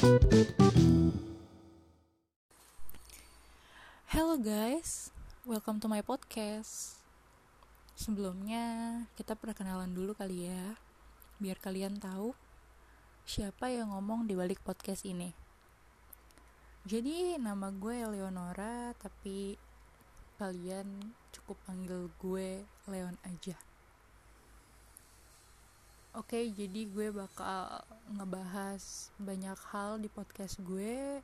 Hello guys, welcome to my podcast. Sebelumnya kita perkenalan dulu kali ya, biar kalian tahu siapa yang ngomong di balik podcast ini. Jadi nama gue Eleonora, tapi kalian cukup panggil gue Leon aja. Oke, jadi gue bakal ngebahas banyak hal di podcast gue,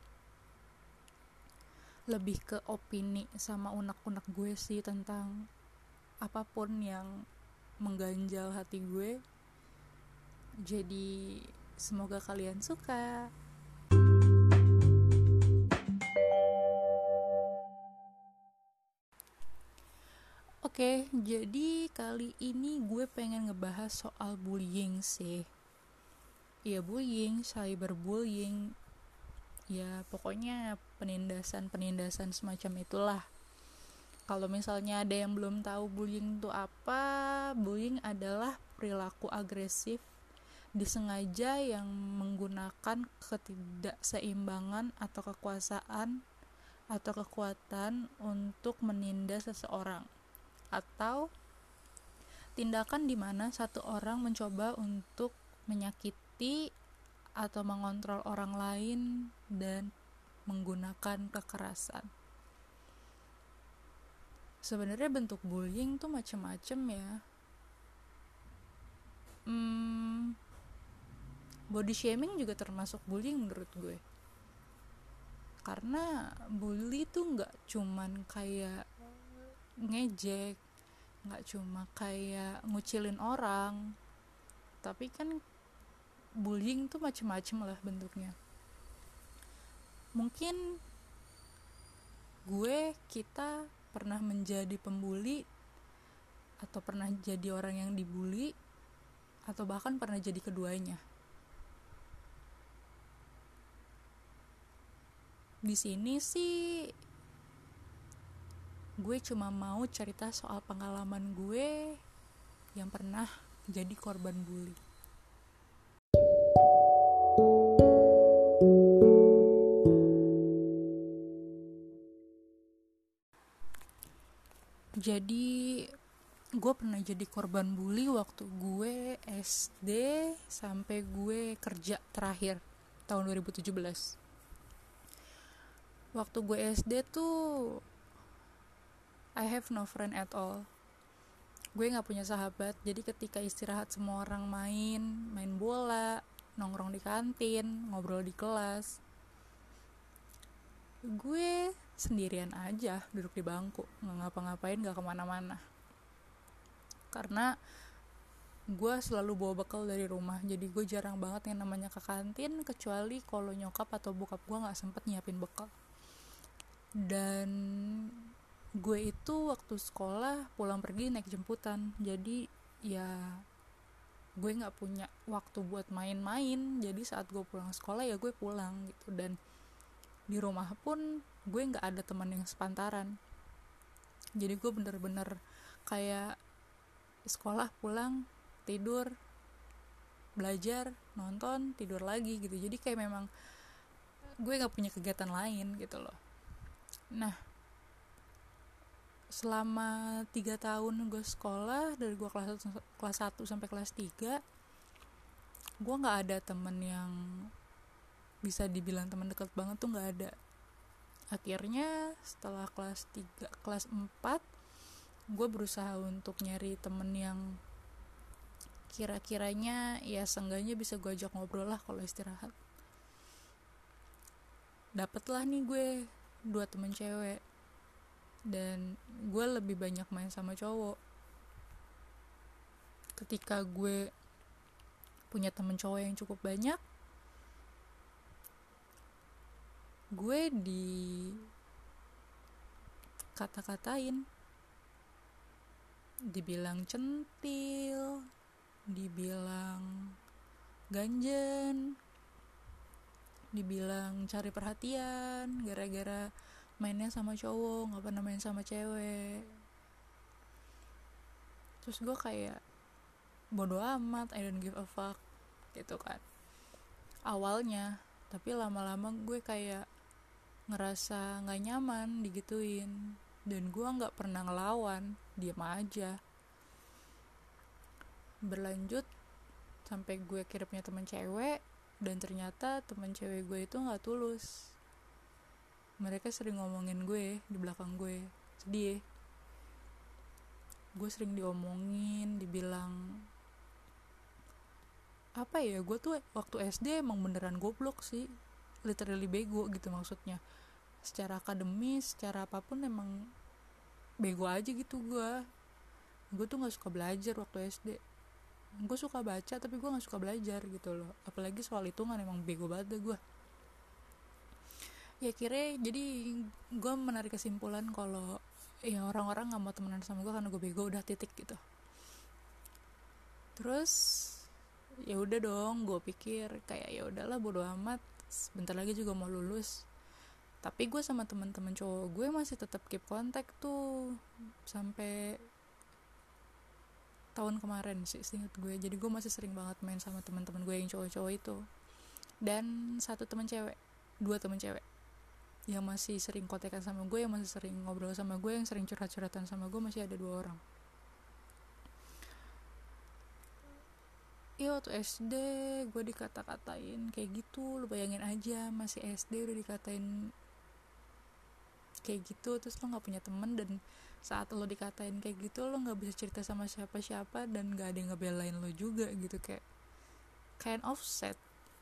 lebih ke opini sama unek-unek gue sih tentang apapun yang mengganjal hati gue. Jadi semoga kalian suka. Oke, jadi kali ini gue pengen ngebahas soal bullying sih. Ya bullying, cyberbullying, ya pokoknya penindasan semacam itulah. Kalau misalnya ada yang belum tahu bullying itu apa, bullying adalah perilaku agresif disengaja yang menggunakan ketidakseimbangan atau kekuasaan atau kekuatan untuk menindas seseorang, atau tindakan di mana satu orang mencoba untuk menyakiti atau mengontrol orang lain dan menggunakan kekerasan. Sebenarnya bentuk bullying tuh macam-macam ya. Body shaming juga termasuk bullying menurut gue. Karena bully tuh nggak cuman kayak ngejek, nggak cuma kayak ngucilin orang, tapi kan bullying tuh macam-macam lah bentuknya. Mungkin kita pernah menjadi pembuli, atau pernah jadi orang yang dibully, atau bahkan pernah jadi keduanya. Di sini sih gue cuma mau cerita soal pengalaman gue yang pernah jadi korban bully. Jadi gue pernah jadi korban bully waktu gue SD sampai gue kerja terakhir tahun 2017. Waktu gue SD tuh I have no friend at all. Gue gak punya sahabat. Jadi ketika istirahat semua orang main bola, nongkrong di kantin, ngobrol di kelas, gue sendirian aja duduk di bangku, gak ngapa-ngapain, gak kemana-mana. Karena gue selalu bawa bekal dari rumah, jadi gue jarang banget yang namanya ke kantin, kecuali kalau nyokap atau bokap gue gak sempet nyiapin bekal. Dan gue itu waktu sekolah pulang pergi naik jemputan, jadi ya gue gak punya waktu buat main-main. Jadi saat gue pulang sekolah ya gue pulang gitu. Dan di rumah pun gue gak ada teman yang sepantaran. Jadi gue bener-bener kayak sekolah, pulang, tidur, belajar, nonton, tidur lagi gitu. Jadi kayak memang gue gak punya kegiatan lain gitu loh. Nah, selama 3 tahun gue sekolah, dari gue kelas 1 sampai kelas 3, gue gak ada temen yang bisa dibilang teman dekat banget tuh gak ada. Akhirnya setelah kelas 3, kelas 4, gue berusaha untuk nyari temen yang kira-kiranya ya seenggaknya bisa gue ajak ngobrol lah kalau istirahat. Dapatlah nih gue 2 temen cewek, dan gue lebih banyak main sama cowok. Ketika gue punya temen cowok yang cukup banyak, gue dikata-katain, dibilang centil, dibilang ganjen, dibilang cari perhatian gara-gara mainnya sama cowok, gak pernah main sama cewek. Terus gue kayak bodo amat, I don't give a fuck gitu kan awalnya. Tapi lama-lama gue kayak ngerasa gak nyaman digituin, dan gue gak pernah ngelawan, diam aja. Berlanjut sampai gue akhirnya punya teman cewek, dan ternyata teman cewek gue itu gak tulus. Mereka sering ngomongin gue di belakang gue. Sedih ya. Gue sering diomongin, dibilang apa ya, gue tuh waktu SD emang beneran goblok sih, literally bego gitu maksudnya. Secara akademis, secara apapun emang bego aja gitu gue tuh nggak suka belajar waktu SD. Gue suka baca tapi gue nggak suka belajar gitu loh, apalagi soal hitungan emang bego banget deh gue. Ya kira jadi gue menarik kesimpulan kalau ya orang-orang nggak mau temenan sama gue karena gue bego, udah titik gitu. Terus ya udah dong, gue pikir kayak ya udahlah bodo amat, bentar lagi juga mau lulus. Tapi gue sama teman-teman cowok gue masih tetap keep kontak tuh sampai tahun kemarin sih seinget gue. Jadi gue masih sering banget main sama teman-teman gue yang cowok-cowok itu, dan satu teman cewek, 2 teman cewek yang masih sering kontekan sama gue, yang masih sering ngobrol sama gue, yang sering curhat-curhatan sama gue, masih ada 2 orang. Iya, waktu SD gue dikata-katain kayak gitu. Lu bayangin aja, masih SD udah dikatain kayak gitu. Terus lo gak punya temen, dan saat lo dikatain kayak gitu lo gak bisa cerita sama siapa-siapa, dan gak ada yang ngebelain lo juga gitu. Kayak kind of sad.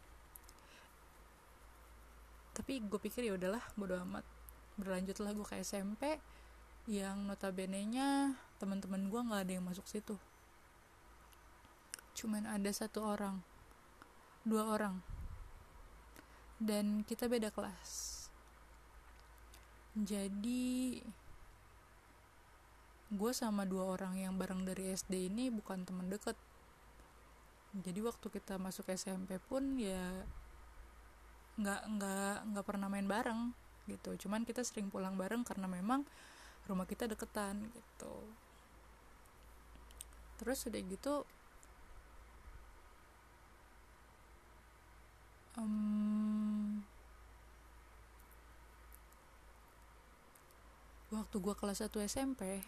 Tapi gue pikir ya udahlah bodo amat. Berlanjutlah gue ke SMP, yang notabene-nya teman-teman gue nggak ada yang masuk situ. Cuman ada 1 orang, 2 orang, dan kita beda kelas. Jadi gue sama 2 orang yang bareng dari SD ini bukan teman deket. Jadi waktu kita masuk SMP pun ya nggak pernah main bareng gitu. Cuman kita sering pulang bareng karena memang rumah kita deketan gitu. Terus udah gitu waktu gue kelas 1 SMP,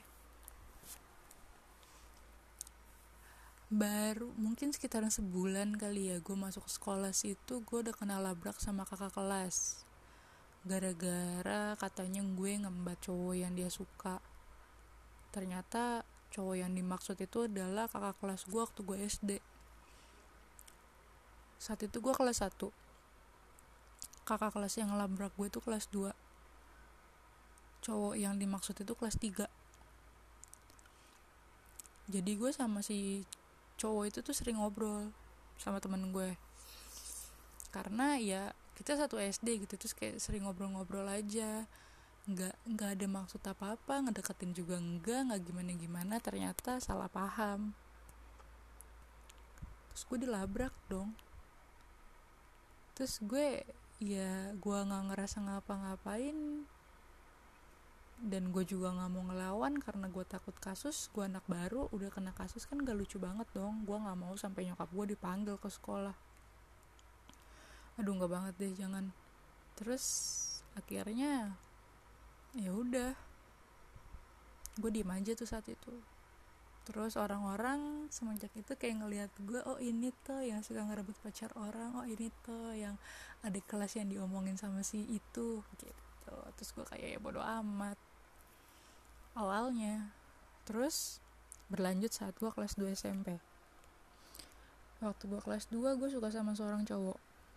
baru mungkin sekitar sebulan kali ya gue masuk sekolah situ, gue udah kena labrak sama kakak kelas gara-gara katanya gue ngembat cowok yang dia suka. Ternyata cowok yang dimaksud itu adalah kakak kelas gue waktu gue SD. Saat itu gue kelas 1, kakak kelas yang ngelabrak gue itu kelas 2, cowok yang dimaksud itu kelas 3. Jadi gue sama si cowok itu tuh sering ngobrol sama temen gue, karena ya kita satu SD gitu, terus kayak sering ngobrol-ngobrol aja, nggak ada maksud apa-apa, ngedeketin juga nggak gimana-gimana. Ternyata salah paham, terus gue dilabrak dong. Terus gue nggak ngerasa ngapa-ngapain, dan gue juga nggak mau ngelawan karena gue takut kasus. Gue anak baru udah kena kasus kan gak lucu banget dong. Gue nggak mau sampai nyokap gue dipanggil ke sekolah. Aduh, nggak banget deh, jangan. Terus akhirnya ya udah, gue diem aja tuh saat itu. Terus orang-orang semenjak itu kayak ngelihat gue, oh ini tuh yang suka ngerebut pacar orang, oh ini tuh yang adik kelas yang diomongin sama si itu gitu. Terus gue kayak ya bodo amat awalnya. Terus berlanjut saat gue kelas 2 SMP. Waktu gue kelas 2 gue suka sama seorang cowok.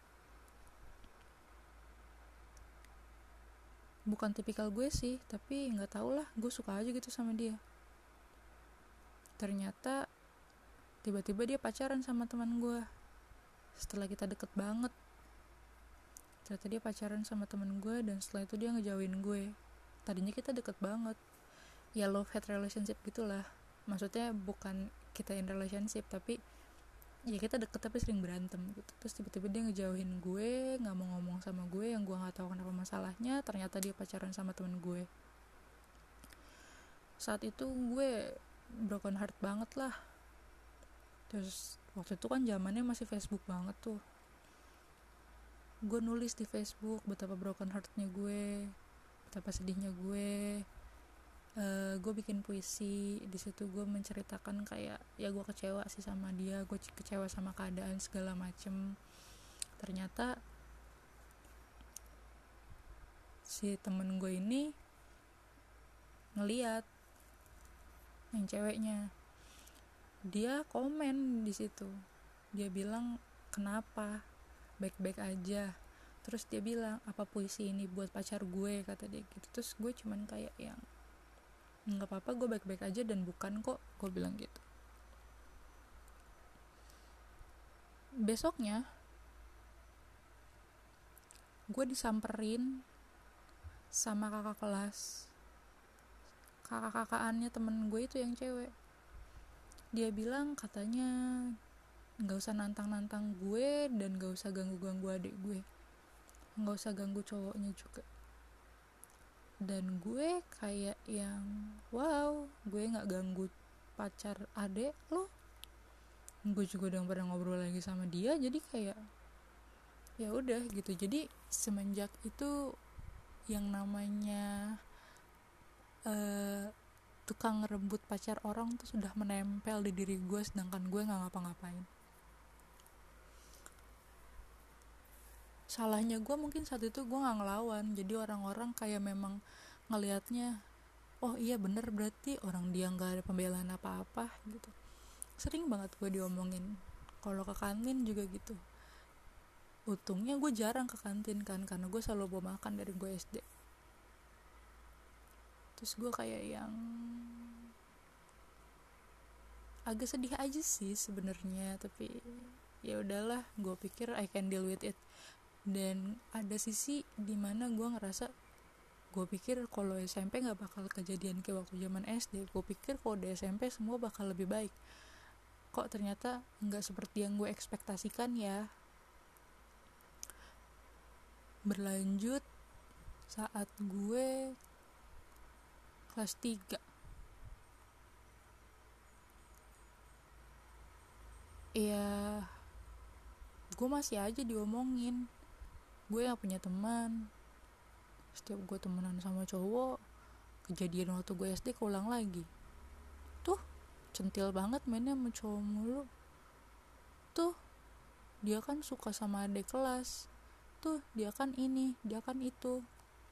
Bukan tipikal gue sih, tapi gak tau lah, gue suka aja gitu sama dia. Ternyata tiba-tiba dia pacaran sama teman gue. Setelah kita deket banget, ternyata dia pacaran sama teman gue, dan setelah itu dia ngejauhin gue. Tadinya kita deket banget, ya love hate relationship gitulah. Maksudnya bukan kita in relationship, tapi ya kita deket tapi sering berantem gitu. Terus tiba-tiba dia ngejauhin gue, nggak mau ngomong sama gue, yang gue nggak tahu kenapa masalahnya. Ternyata dia pacaran sama teman gue. Saat itu gue broken heart banget lah. Terus waktu itu kan zamannya masih Facebook banget tuh. gue nulis di Facebook betapa broken heartnya gue, betapa sedihnya gue. Gue bikin puisi di situ, gue menceritakan kayak ya gue kecewa sih sama dia, gue kecewa sama keadaan segala macem. Ternyata si temen gue ini ngeliat yang ceweknya, dia komen di situ, dia bilang kenapa, baik-baik aja. Terus dia bilang apa puisi ini buat pacar gue, kata dia gitu. Terus gue cuman kayak yang nggak apa-apa, gue baik-baik aja dan bukan kok, gue bilang gitu. Besoknya gue disamperin sama kakak kelas, kakak-kakakannya temen gue itu yang cewek. Dia bilang katanya nggak usah nantang-nantang gue dan nggak usah ganggu-ganggu adik gue, nggak usah ganggu cowoknya juga. Dan gue kayak yang wow, gue nggak ganggu pacar adek lo, gue juga udah pernah ngobrol lagi sama dia, jadi kayak ya udah gitu. Jadi semenjak itu yang namanya tukang ngerebut pacar orang tuh sudah menempel di diri gue, sedangkan gue nggak ngapa-ngapain. Salahnya gue mungkin saat itu gue nggak ngelawan, jadi orang-orang kayak memang ngelihatnya, oh iya bener berarti orang dia nggak ada pembelaan apa-apa gitu. Sering banget gue diomongin. Kalau ke kantin juga gitu. Untungnya gue jarang ke kantin kan, karena gue selalu bawa makan dari gue SD. Terus gue kayak yang agak sedih aja sih sebenarnya, tapi ya udahlah, gue pikir I can deal with it. Dan ada sisi dimana gue ngerasa, gue pikir kalau SMP nggak bakal kejadian kayak waktu zaman SD. Gue pikir kalau di SMP semua bakal lebih baik, kok ternyata nggak seperti yang gue ekspektasikan ya. Berlanjut saat gue kelas 3, ya gue masih aja diomongin. Gue gak punya teman, setiap gue temenan sama cowok, kejadian waktu gue SD keulang lagi. Tuh centil banget mainnya sama cowok mulu, tuh dia kan suka sama adik kelas, tuh dia kan ini, dia kan itu.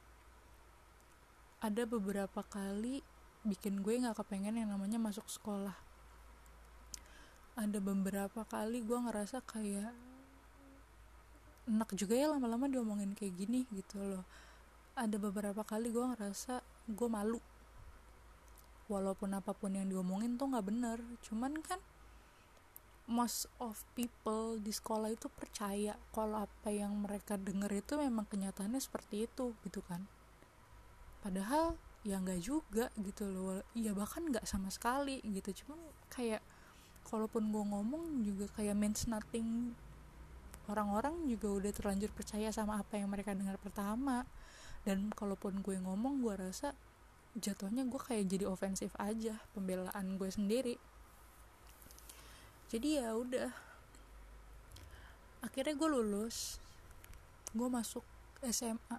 Ada beberapa kali bikin gue gak kepengen yang namanya masuk sekolah. Ada beberapa kali gue ngerasa kayak enak juga ya lama-lama diomongin kayak gini gitu loh. Ada beberapa kali gue ngerasa gue malu, walaupun apapun yang diomongin tuh gak bener. Cuman kan most of people di sekolah itu percaya kalau apa yang mereka denger itu memang kenyataannya seperti itu gitu kan. Padahal ya gak juga gitu loh, ya bahkan gak sama sekali gitu. Cuman kayak kalaupun gue ngomong juga kayak means nothing, orang-orang juga udah terlanjur percaya sama apa yang mereka dengar pertama. Dan kalaupun gue ngomong, gue rasa jatuhnya gue kayak jadi ofensif aja, pembelaan gue sendiri. Jadi ya udah, akhirnya gue lulus, gue masuk SMA.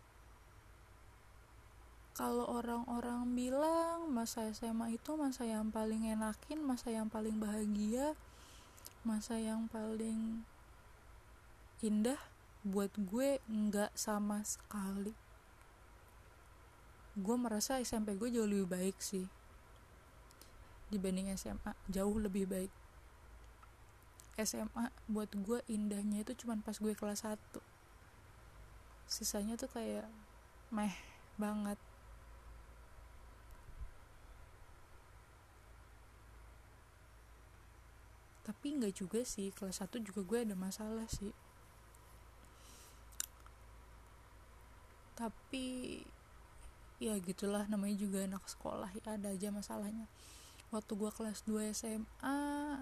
Kalau orang-orang bilang masa SMA itu masa yang paling enakin, masa yang paling bahagia, masa yang paling indah, buat gue enggak sama sekali. Gue merasa SMP gue jauh lebih baik sih dibanding SMA, jauh lebih baik. SMA buat gue indahnya itu cuma pas gue kelas 1, sisanya tuh kayak meh banget. Tapi enggak juga sih, kelas 1 juga gue ada masalah sih. Tapi ya gitulah, namanya juga anak sekolah ya, ada aja masalahnya. Waktu gue kelas 2 SMA,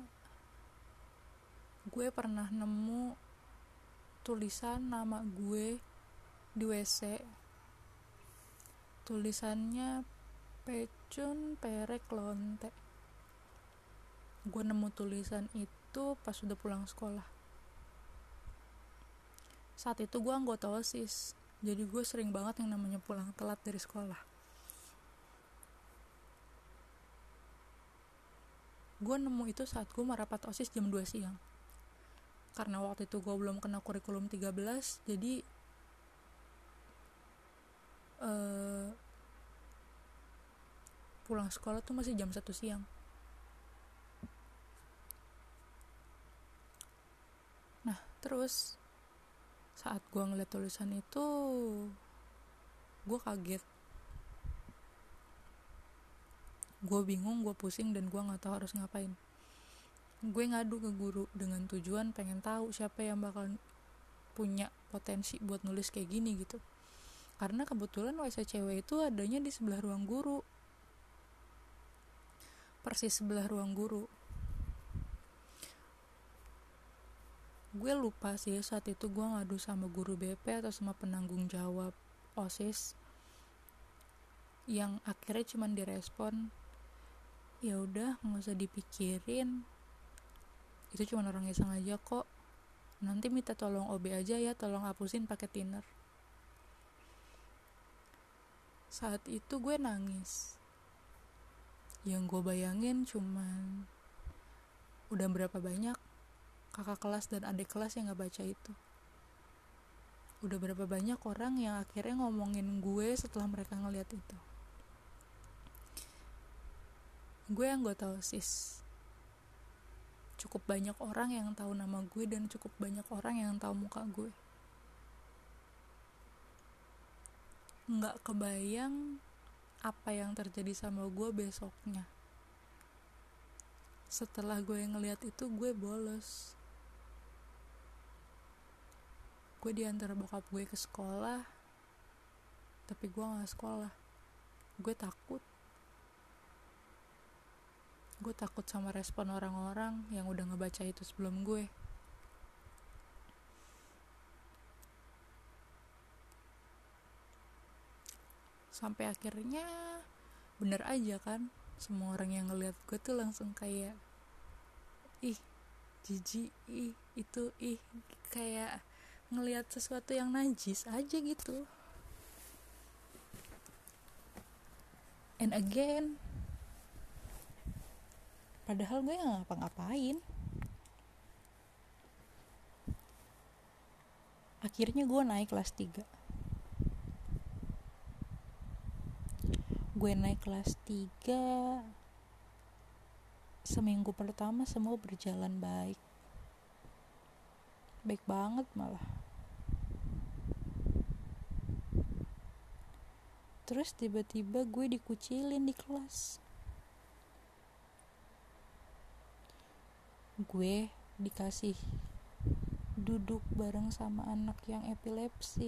gue pernah nemu tulisan nama gue di WC. Tulisannya Pecun Perek Lonte. Gue nemu tulisan itu pas udah pulang sekolah. Saat itu gue anggota OSIS, jadi gue sering banget yang namanya pulang telat dari sekolah. Gue nemu itu saat gue merapat OSIS jam 2 siang. Karena waktu itu gue belum kena kurikulum 13, jadi pulang sekolah tuh masih jam 1 siang. Nah, terus saat gue ngeliat tulisan itu, gue kaget. Gue bingung, gue pusing, dan gue gak tahu harus ngapain. Gue ngadu ke guru dengan tujuan pengen tahu siapa yang bakal punya potensi buat nulis kayak gini gitu. Karena kebetulan WC cewek itu adanya di sebelah ruang guru, persis sebelah ruang guru. Gue lupa sih saat itu gue ngadu sama guru BP atau sama penanggung jawab OSIS, yang akhirnya cuman direspon, ya udah nggak usah dipikirin, itu cuma orang iseng aja kok, nanti minta tolong OB aja ya, tolong hapusin pakai thinner. Saat itu gue nangis. Yang gue bayangin cuman udah berapa banyak kakak kelas dan adik kelas yang gak baca itu. Udah berapa banyak orang yang akhirnya ngomongin gue setelah mereka ngeliat itu. Gue anggota OSIS. Cukup banyak orang yang tahu nama gue dan cukup banyak orang yang tahu muka gue. Nggak kebayang apa yang terjadi sama gue besoknya. Setelah gue ngeliat itu, gue bolos. Gue diantar bokap gue ke sekolah, tapi gue nggak sekolah. Gue takut. Gue takut sama respon orang-orang yang udah ngebaca itu sebelum gue. Sampai akhirnya bener aja kan, semua orang yang ngeliat gue tuh langsung kayak, ih jijik, ih itu, ih, kayak ngelihat sesuatu yang najis aja gitu. And again, padahal gue gak ngapa-ngapain. Akhirnya gue naik kelas 3. Gue naik kelas 3, seminggu pertama semua berjalan baik. Baik banget malah. Terus tiba-tiba gue dikucilin di kelas. Gue dikasih duduk bareng sama anak yang epilepsi,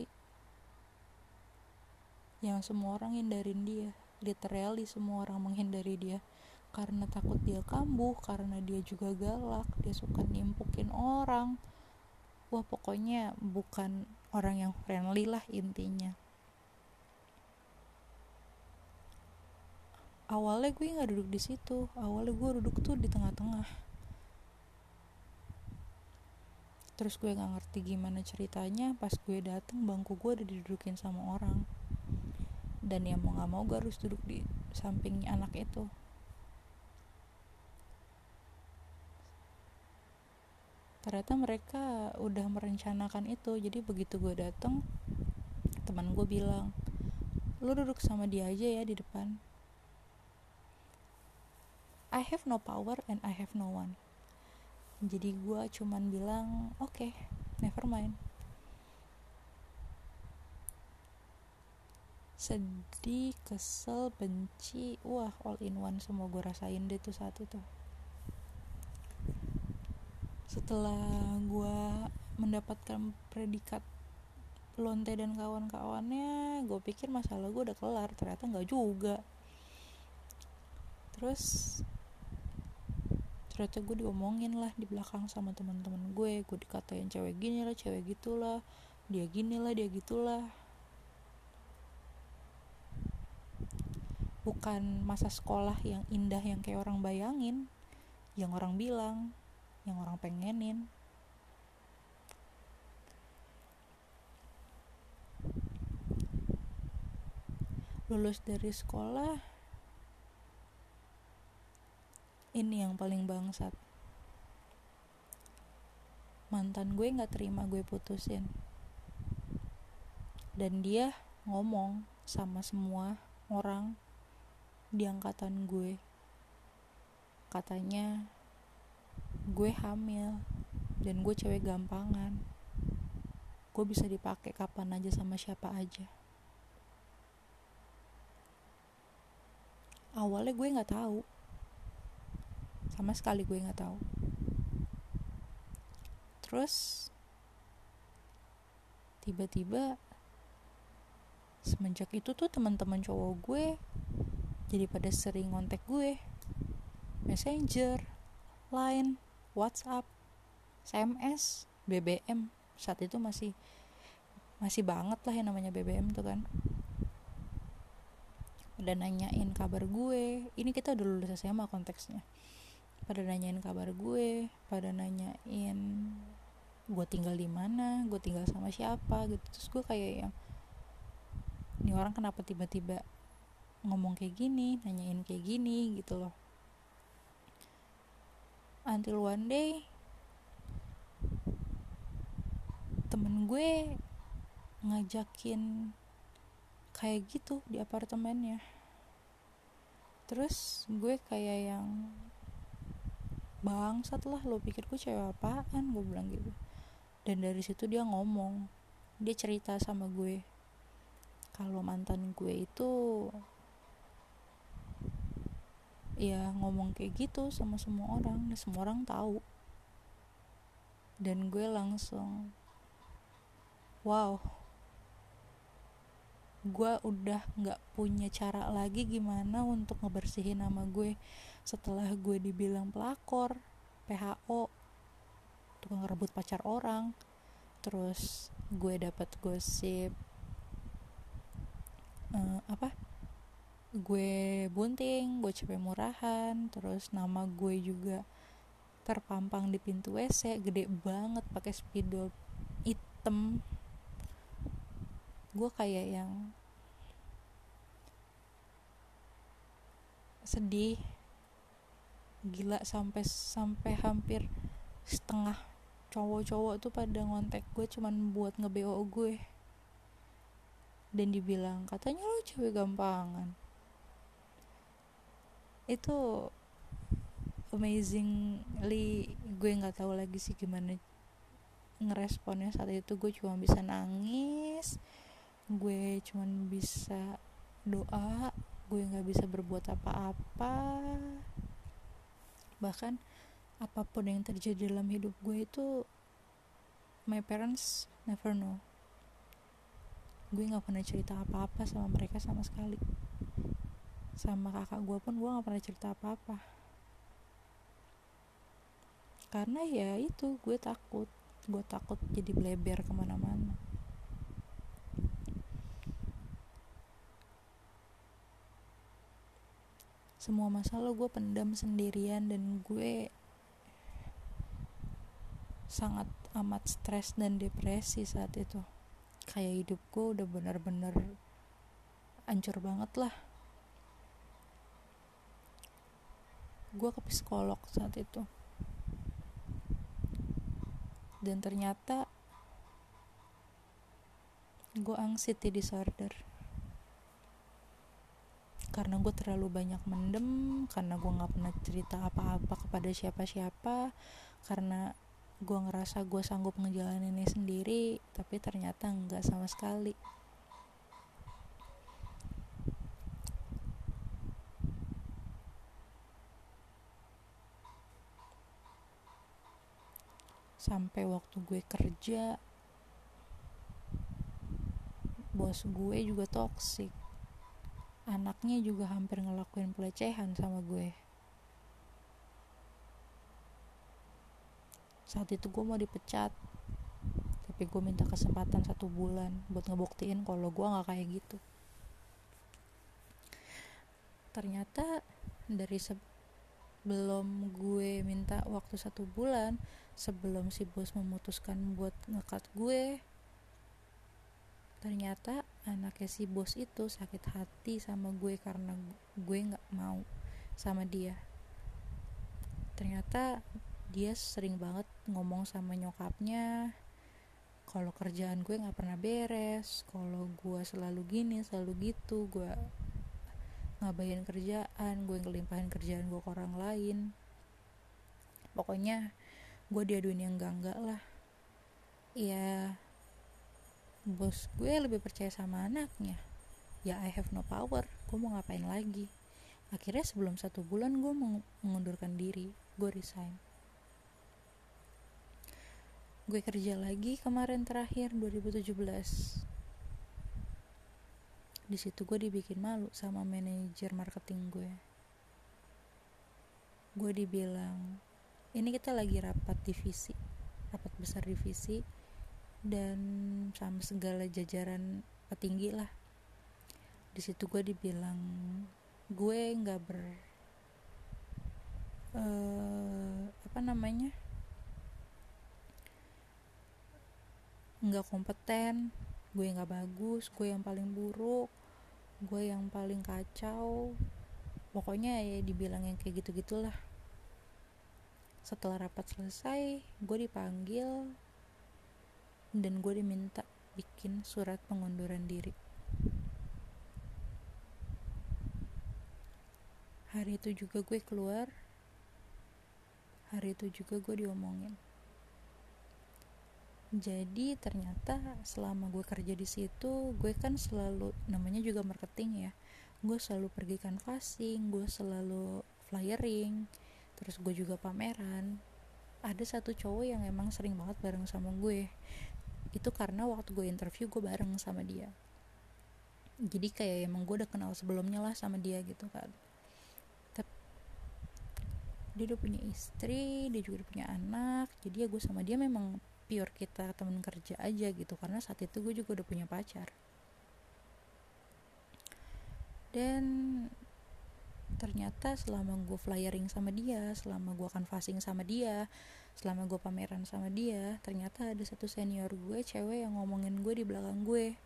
yang semua orang hindarin dia. Literally semua orang menghindari dia karena takut dia kambuh, karena dia juga galak, dia suka nimpukin orang. Wah, pokoknya bukan orang yang friendly lah intinya. Awalnya gue nggak duduk di situ, awalnya gue duduk tuh di tengah-tengah. Terus gue nggak ngerti gimana ceritanya, pas gue dateng bangku gue udah didudukin sama orang. Dan ya mau gak mau gue harus duduk di samping anak itu. Ternyata mereka udah merencanakan itu. Jadi begitu gue dateng, teman gue bilang, lu duduk sama dia aja ya di depan. I have no power and I have no one. Jadi gue cuman bilang, okay, never mind. Sedih, kesel, benci, wah all in one semua gue rasain deh tuh saat itu. Setelah gue mendapatkan predikat lonte dan kawan-kawannya, gue pikir masalah gue udah kelar, ternyata nggak juga. Terus ternyata gue diomongin lah di belakang sama teman-teman gue dikatain cewek gini lah, cewek gitulah, dia gini lah, dia gitulah. Bukan masa sekolah yang indah yang kayak orang bayangin, yang orang bilang, yang orang pengenin. lulus dari sekolah, ini yang paling bangsat. Mantan gue gak terima gue putusin, dan dia ngomong sama semua orang di angkatan gue, katanya gue hamil dan gue cewek gampangan, gue bisa dipakai kapan aja sama siapa aja. Awalnya gue nggak tahu, sama sekali gue nggak tahu. Terus tiba-tiba semenjak itu tuh teman-teman cowok gue jadi pada sering ngontek gue, Messenger, Line, WhatsApp, SMS, BBM. Saat itu masih banget lah yang namanya BBM tuh kan. Pada nanyain kabar gue, ini kita udah lulus SMA konteksnya. Pada nanyain kabar gue, pada nanyain gue tinggal di mana, gue tinggal sama siapa gitu. Terus gue kayak yang, ini orang kenapa tiba-tiba ngomong kayak gini, nanyain kayak gini gitu loh. Until one day temen gue ngajakin kayak gitu di apartemennya. Terus gue kayak yang, bangsat lah, lo pikir gue cewek apaan, gue bilang gitu. Dan dari situ dia ngomong, dia cerita sama gue kalau mantan gue itu ya ngomong kayak gitu sama semua orang, dan semua orang tahu. Dan gue langsung, wow, gue udah gak punya cara lagi gimana untuk ngebersihin nama gue setelah gue dibilang pelakor, PHO, tukang rebut pacar orang. Terus gue dapet gosip gue bunting, gue cewek murahan. Terus nama gue juga terpampang di pintu WC gede banget pakai spidol hitam. Gue kayak yang sedih gila, sampai hampir setengah cowok-cowok tuh pada ngontek gue cuman buat nge-BO gue, dan dibilang katanya lo cewek gampangan. Itu amazingly, gue nggak tahu lagi sih gimana ngeresponnya. Saat itu gue cuma bisa nangis, gue cuma bisa doa, gue nggak bisa berbuat apa-apa. Bahkan apapun yang terjadi dalam hidup gue itu, my parents never know. Gue gak pernah cerita apa-apa sama mereka sama sekali. Sama kakak gue pun gue gak pernah cerita apa-apa, karena ya itu, gue takut jadi bleber kemana-mana. Semua masalah gue pendam sendirian, dan gue sangat amat stres dan depresi saat itu. Kayak hidup gue udah benar-benar hancur banget lah. Gue ke psikolog saat itu, dan ternyata gue anxiety disorder. Karena gue terlalu banyak mendem, karena gue gak pernah cerita apa-apa kepada siapa-siapa, karena gue ngerasa gue sanggup ngejalaninnya sendiri, tapi ternyata enggak sama sekali. Sampai waktu gue kerja, bos gue juga toksik, anaknya juga hampir ngelakuin pelecehan sama gue. Saat itu gue mau dipecat, tapi gue minta kesempatan 1 bulan buat ngebuktiin kalau gue gak kayak gitu. Ternyata dari sebelum gue minta waktu 1 bulan, sebelum si bos memutuskan buat ngekat gue, Ternyata anaknya si bos itu sakit hati sama gue karena gue gak mau sama dia. Ternyata dia sering banget ngomong sama nyokapnya kalau kerjaan gue gak pernah beres, kalau gue selalu gini, selalu gitu, gue ngabain kerjaan, gue ngelimpahin kerjaan gue ke orang lain. Pokoknya gue diaduin yang enggak lah. Ya bos gue lebih percaya sama anaknya. Ya I have no power, gue mau ngapain lagi. Akhirnya sebelum 1 bulan gue mengundurkan diri, gue resign. Gue kerja lagi kemarin terakhir 2017. Di situ gue dibikin malu sama manajer marketing gue. Gue dibilang, ini kita lagi rapat divisi, rapat besar divisi, dan sama segala jajaran petinggi lah. Di situ gue dibilang gue nggak nggak kompeten, gue nggak bagus, gue yang paling buruk, gue yang paling kacau. Pokoknya ya dibilang yang kayak gitu-gitulah. Setelah rapat selesai, gue dipanggil dan gue diminta bikin surat pengunduran diri. Hari itu juga gue keluar, hari itu juga gue diomongin. Jadi ternyata selama gue kerja di situ, gue kan selalu, namanya juga marketing ya, gue selalu pergi canvassing, gue selalu flyering, terus gue juga pameran. Ada satu cowok yang emang sering banget bareng sama gue. Itu karena waktu gue interview gue bareng sama dia. Jadi kayak emang gue udah kenal sebelumnya lah sama dia gitu kan. Dia udah punya istri, dia juga udah punya anak. Jadi ya gue sama dia memang pure kita teman kerja aja gitu, karena saat itu gue juga udah punya pacar. Dan ternyata selama gue flyering sama dia, selama gue canvassing sama dia, selama gue pameran sama dia, ternyata ada satu senior gue cewek yang ngomongin gue di belakang gue.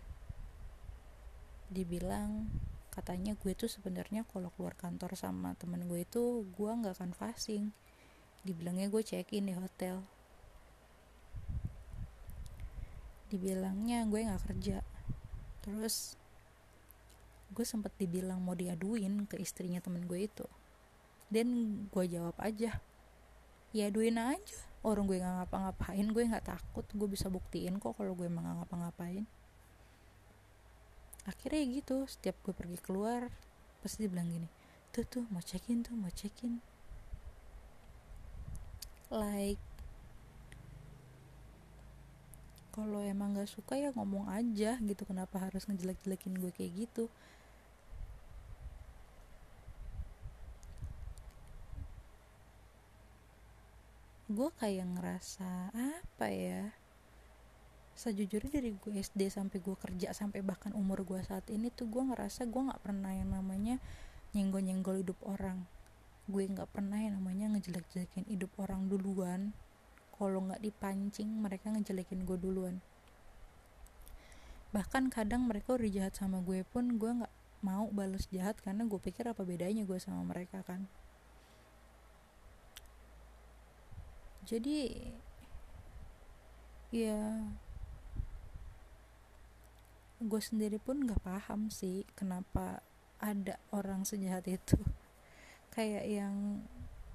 Dibilang katanya gue tuh sebenarnya kalau keluar kantor sama temen gue itu gue nggak canvassing, dibilangnya gue check in di hotel, dibilangnya gue nggak kerja. Terus gue sempet dibilang mau diaduin ke istrinya temen gue itu, dan gue jawab aja, ya aduin aja, orang gue nggak ngapa-ngapain, gue nggak takut, gue bisa buktiin kok kalau gue emang nggak ngapa-ngapain. Akhirnya gitu, setiap gue pergi keluar pasti dibilang gini, tuh mau check in, like kalau emang nggak suka ya ngomong aja gitu, kenapa harus ngejelek-jelekin gue kayak gitu. Gue kayak ngerasa apa ya, sejujurnya dari gue SD sampai gue kerja sampai bahkan umur gue saat ini tuh gue ngerasa gue nggak pernah yang namanya nyenggol hidup orang. Gue nggak pernah yang namanya ngejelek-jelekin hidup orang duluan. Kalau nggak dipancing mereka ngejelekin gue duluan. Bahkan kadang mereka udah jahat sama gue pun gue nggak mau balas jahat, karena gue pikir apa bedanya gue sama mereka kan. Jadi ya gue sendiri pun gak paham sih kenapa ada orang sejahat itu. Kayak yang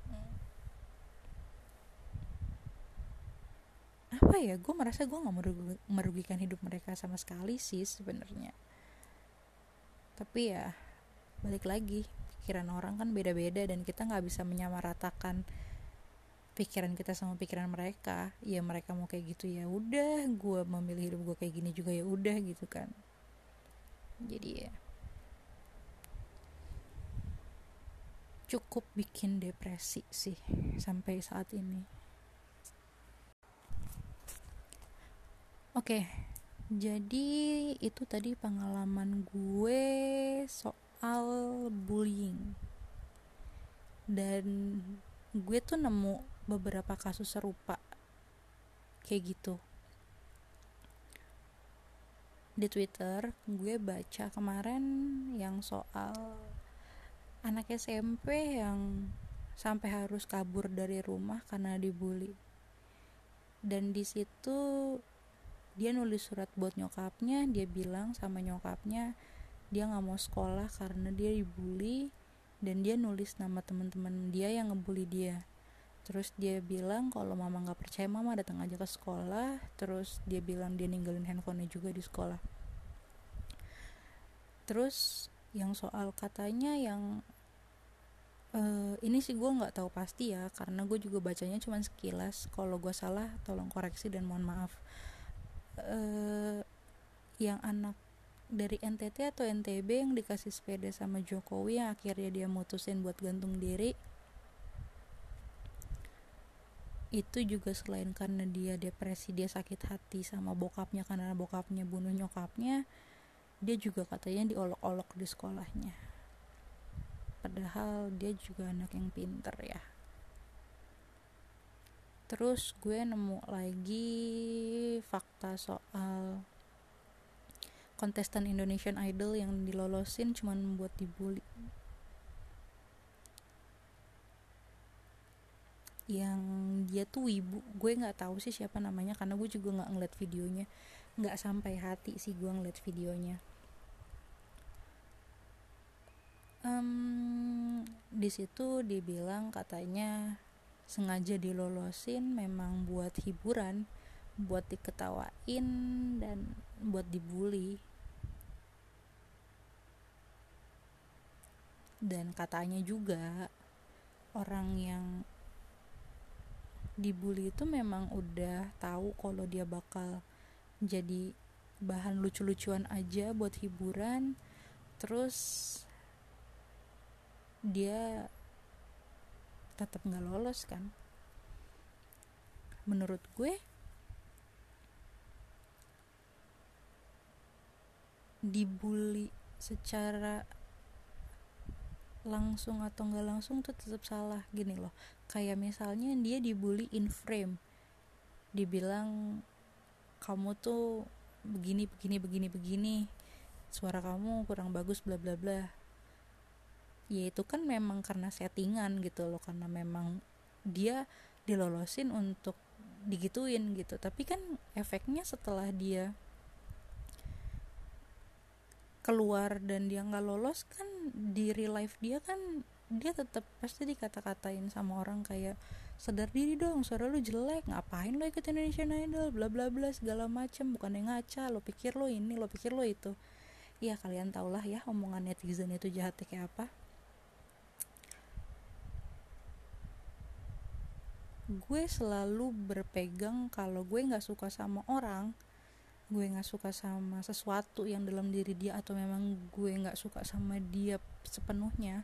apa ya, gue merasa gue gak merugikan hidup mereka sama sekali sih sebenarnya. Tapi ya balik lagi, pikiran orang kan beda-beda dan kita gak bisa menyamaratakan pikiran kita sama pikiran mereka. Ya mereka mau kayak gitu ya udah, gue memilih hidup gue kayak gini juga ya udah gitu kan. Jadi ya cukup bikin depresi sih sampai saat ini. Oke, jadi itu tadi pengalaman gue soal bullying. Dan gue tuh nemu beberapa kasus serupa kayak gitu. di Twitter gue baca kemarin yang soal anak SMP yang sampai harus kabur dari rumah karena dibully. Dan di situ dia nulis surat buat nyokapnya, dia bilang sama nyokapnya dia nggak mau sekolah karena dia dibully, dan dia nulis nama teman-teman dia yang ngebully dia. Terus dia bilang kalau mama nggak percaya, mama datang aja ke sekolah. Terus dia bilang dia ninggalin handphonenya juga di sekolah. Terus yang soal katanya yang ini sih gue nggak tahu pasti ya, karena gue juga bacanya cuma sekilas. Kalau gue salah tolong koreksi dan mohon maaf. Yang anak dari NTT atau NTB yang dikasih sepeda sama Jokowi yang akhirnya dia mutusin buat gantung diri, itu juga selain karena dia depresi, dia sakit hati sama bokapnya karena bokapnya bunuh nyokapnya, dia juga katanya diolok-olok di sekolahnya. Padahal dia juga anak yang pinter ya. Terus gue nemu lagi fakta soal kontestan Indonesian Idol yang dilolosin cuman buat dibully. Yang dia tuh wibu, gue nggak tahu sih siapa namanya karena gue juga nggak ngeliat videonya, nggak sampai hati sih gue ngeliat videonya. Di situ dibilang katanya sengaja dilolosin memang buat hiburan, buat diketawain dan buat dibully. Dan katanya juga orang yang dibully itu memang udah tahu kalau dia bakal jadi bahan lucu-lucuan aja buat hiburan. Terus dia tetap nggak lolos kan. Menurut gue dibully secara langsung atau nggak langsung tuh tetap salah. Gini loh, kayak misalnya dia dibully in frame, dibilang kamu tuh begini, suara kamu kurang bagus, bla bla bla. Ya itu kan memang karena settingan gitu loh, karena memang dia dilolosin untuk digituin gitu. Tapi kan efeknya setelah dia keluar dan dia nggak lolos kan, di real life dia kan dia tetap pasti dikata-katain sama orang kayak sadar diri dong, suara lu jelek, ngapain lo ikut Indonesian Idol, bla bla bla segala macem, bukannya ngaca, lo pikir lo ini, lo pikir lo itu. Ya kalian tau lah ya omongan netizen itu jahatnya kayak apa. Gue selalu berpegang kalau gue nggak suka sama orang, gue nggak suka sama sesuatu yang dalam diri dia, atau memang gue nggak suka sama dia sepenuhnya,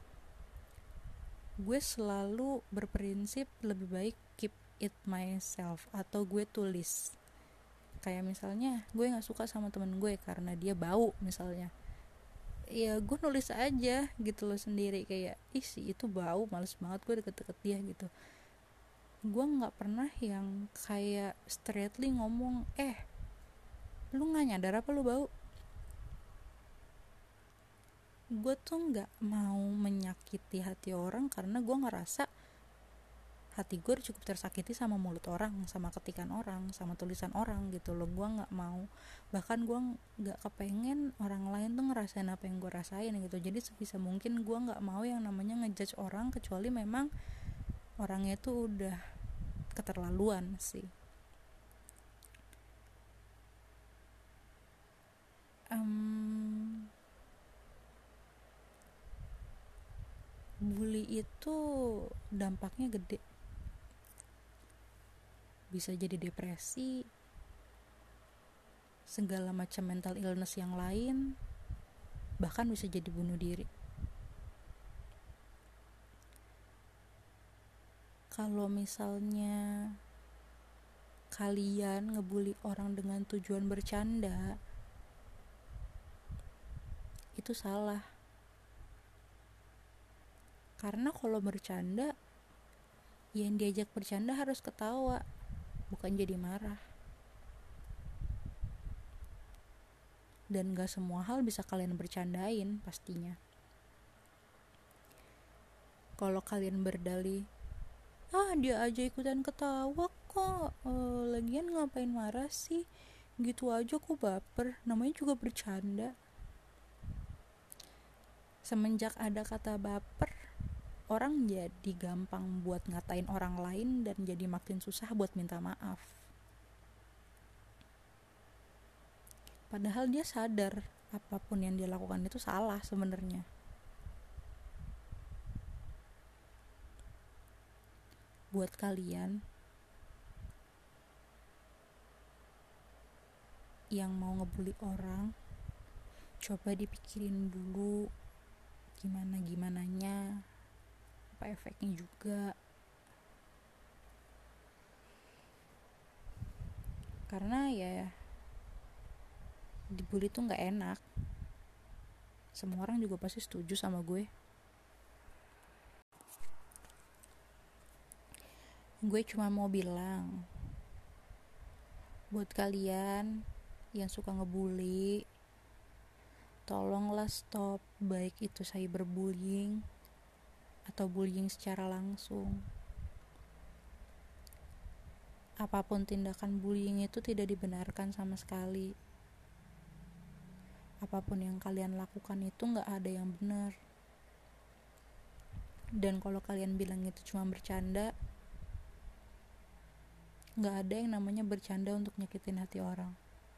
gue selalu berprinsip lebih baik keep it myself, atau gue tulis. Kayak misalnya gue nggak suka sama temen gue karena dia bau misalnya, ya gue nulis aja gitu loh sendiri, kayak ih sih itu bau, males banget gue deket-deket dia gitu. Gue nggak pernah yang kayak straightly ngomong lu nggak nyadar apa lu bau. Gue tuh nggak mau menyakiti hati orang karena gue ngerasa hati gue cukup tersakiti sama mulut orang, sama ketikan orang, sama tulisan orang gitu loh. Gue nggak mau, bahkan gue nggak kepengen orang lain tuh ngerasain apa yang gue rasain gitu. Jadi sebisa mungkin gue nggak mau yang namanya ngejudge orang, kecuali memang orangnya tuh udah keterlaluan sih. Bully itu dampaknya gede, bisa jadi depresi, segala macam mental illness yang lain, bahkan bisa jadi bunuh diri. Kalau misalnya kalian ngebully orang dengan tujuan bercanda, itu salah. Karena kalau bercanda, yang diajak bercanda harus ketawa, bukan jadi marah. dan gak semua hal bisa kalian bercandain pastinya. Kalau kalian berdalih, dia aja ikutan ketawa kok, lagian ngapain marah sih, gitu aja kok baper, namanya juga bercanda. Semenjak ada kata baper, orang jadi gampang buat ngatain orang lain dan jadi makin susah buat minta maaf. Padahal dia sadar apapun yang dia lakukan itu salah sebenarnya. Buat kalian yang mau ngebully orang, coba dipikirin dulu gimana-gimananya, apa efeknya juga. Karena ya dibully tuh gak enak. Semua orang juga pasti setuju sama gue. Gue cuma mau bilang, buat kalian yang suka ngebully, tolonglah stop, baik itu cyberbullying atau bullying secara langsung. Apapun tindakan bullying itu tidak dibenarkan sama sekali. Apapun yang kalian lakukan itu gak ada yang benar. Dan kalau kalian bilang itu cuma bercanda, gak ada yang namanya bercanda untuk nyakitin hati orang.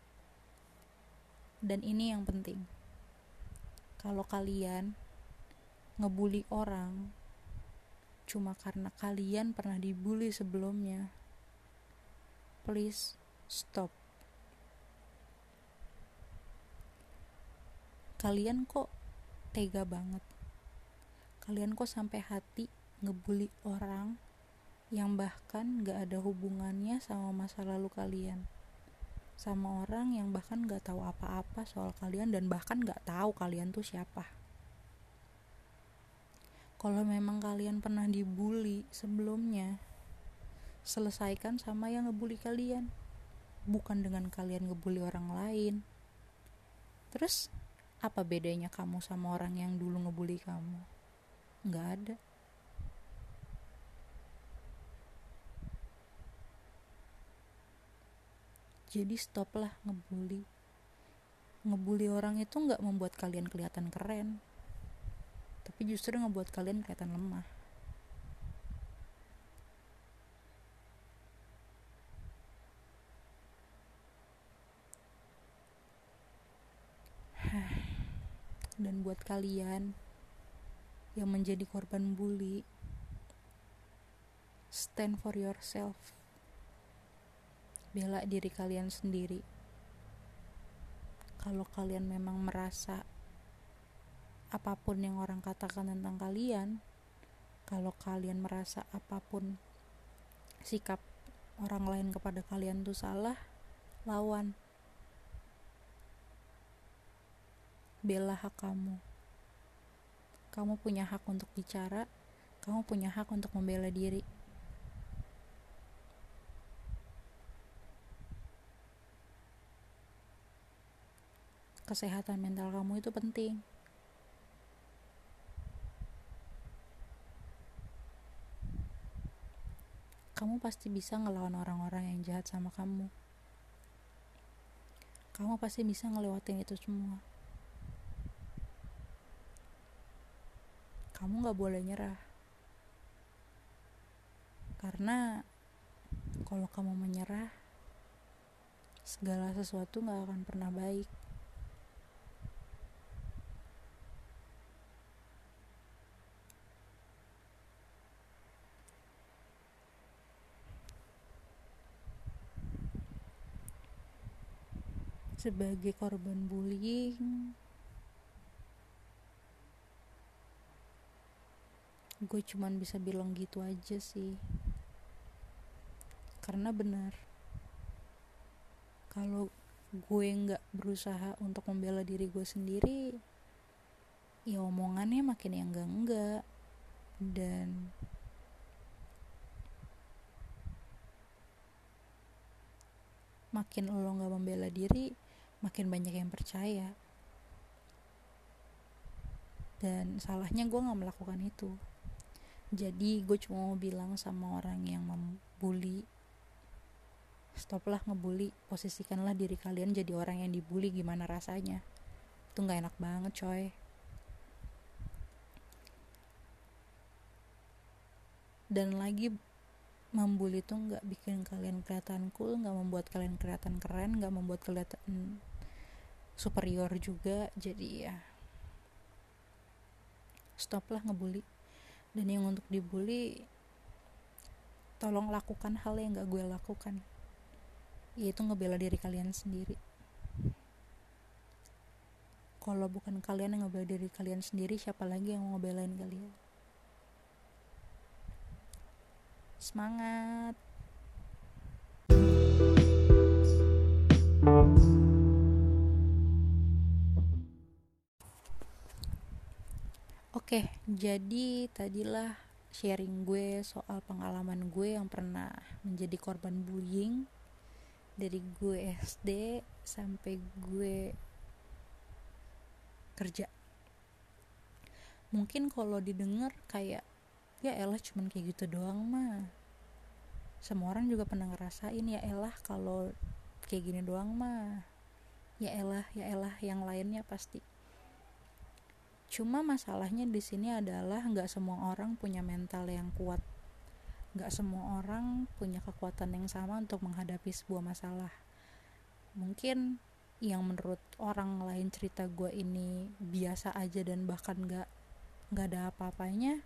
Dan ini yang penting, kalau kalian ngebully orang cuma karena kalian pernah dibully sebelumnya, please stop. Kalian kok tega banget, kalian kok sampai hati ngebully orang yang bahkan gak ada hubungannya sama masa lalu kalian, sama orang yang bahkan gak tahu apa-apa soal kalian dan bahkan gak tahu kalian tuh siapa. Kalau memang kalian pernah dibully sebelumnya, selesaikan sama yang ngebully kalian, bukan dengan kalian ngebully orang lain. Terus apa bedanya kamu sama orang yang dulu ngebully kamu? Gak ada. Jadi stoplah ngebully. Ngebully orang itu gak membuat kalian kelihatan keren, tapi justru ngebuat kalian kelihatan lemah. Dan buat kalian yang menjadi korban bully, stand for yourself. Bela diri kalian sendiri. Kalau kalian memang merasa apapun yang orang katakan tentang kalian, kalau kalian merasa apapun sikap orang lain kepada kalian itu salah, lawan. Bela hak kamu. Kamu punya hak untuk bicara, kamu punya hak untuk membela diri. Kesehatan mental kamu itu penting. Kamu pasti bisa ngelawan orang-orang yang jahat sama kamu. Kamu pasti bisa ngelewatin itu semua. Kamu gak boleh nyerah. Karena kalau kamu menyerah, segala sesuatu gak akan pernah baik. Sebagai korban bullying, gue cuman bisa bilang gitu aja sih. Karena benar, kalau gue gak berusaha untuk membela diri gue sendiri, ya omongannya makin yang enggak. Dan makin lo gak membela diri, makin banyak yang percaya. Dan salahnya gue gak melakukan itu. Jadi gue cuma mau bilang sama orang yang membuli, stoplah ngebully, posisikanlah diri kalian jadi orang yang dibully, gimana rasanya. Itu gak enak banget coy. Dan lagi, membuli tuh gak bikin kalian kelihatan cool, gak membuat kalian kelihatan keren, gak membuat kelihatan superior juga. Jadi ya, stoplah ngebully. Dan yang untuk dibully, tolong lakukan hal yang gak gue lakukan, yaitu ngebela diri kalian sendiri. Kalau bukan kalian yang ngebela diri kalian sendiri, siapa lagi yang mau ngebelain kalian? Semangat. Oke, jadi tadilah sharing gue soal pengalaman gue yang pernah menjadi korban bullying dari gue SD sampai gue kerja. Mungkin kalau didengar kayak, ya elah cuman kayak gitu doang mah, semua orang juga pernah ngerasain. Ya elah kalau kayak gini doang mah, ya elah yang lainnya pasti. Cuma masalahnya di sini adalah nggak semua orang punya mental yang kuat, nggak semua orang punya kekuatan yang sama untuk menghadapi sebuah masalah. Mungkin yang menurut orang lain cerita gue ini biasa aja dan bahkan nggak ada apa-apanya,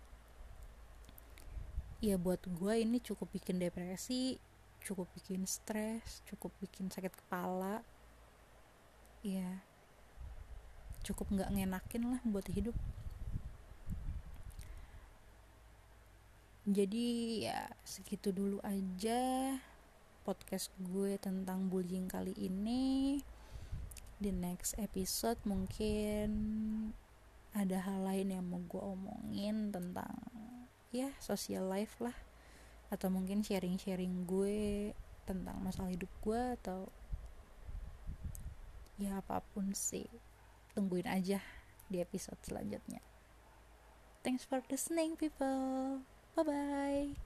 ya buat gue ini cukup bikin depresi, cukup bikin stres, cukup bikin sakit kepala, ya cukup nggak ngenakin lah buat hidup. Jadi ya segitu dulu aja podcast gue tentang bullying kali ini. Di next episode mungkin ada hal lain yang mau gue omongin tentang ya social life lah, atau mungkin sharing gue tentang masalah hidup gue, atau ya apapun sih. Tungguin aja di episode selanjutnya. Thanks for listening people. Bye bye.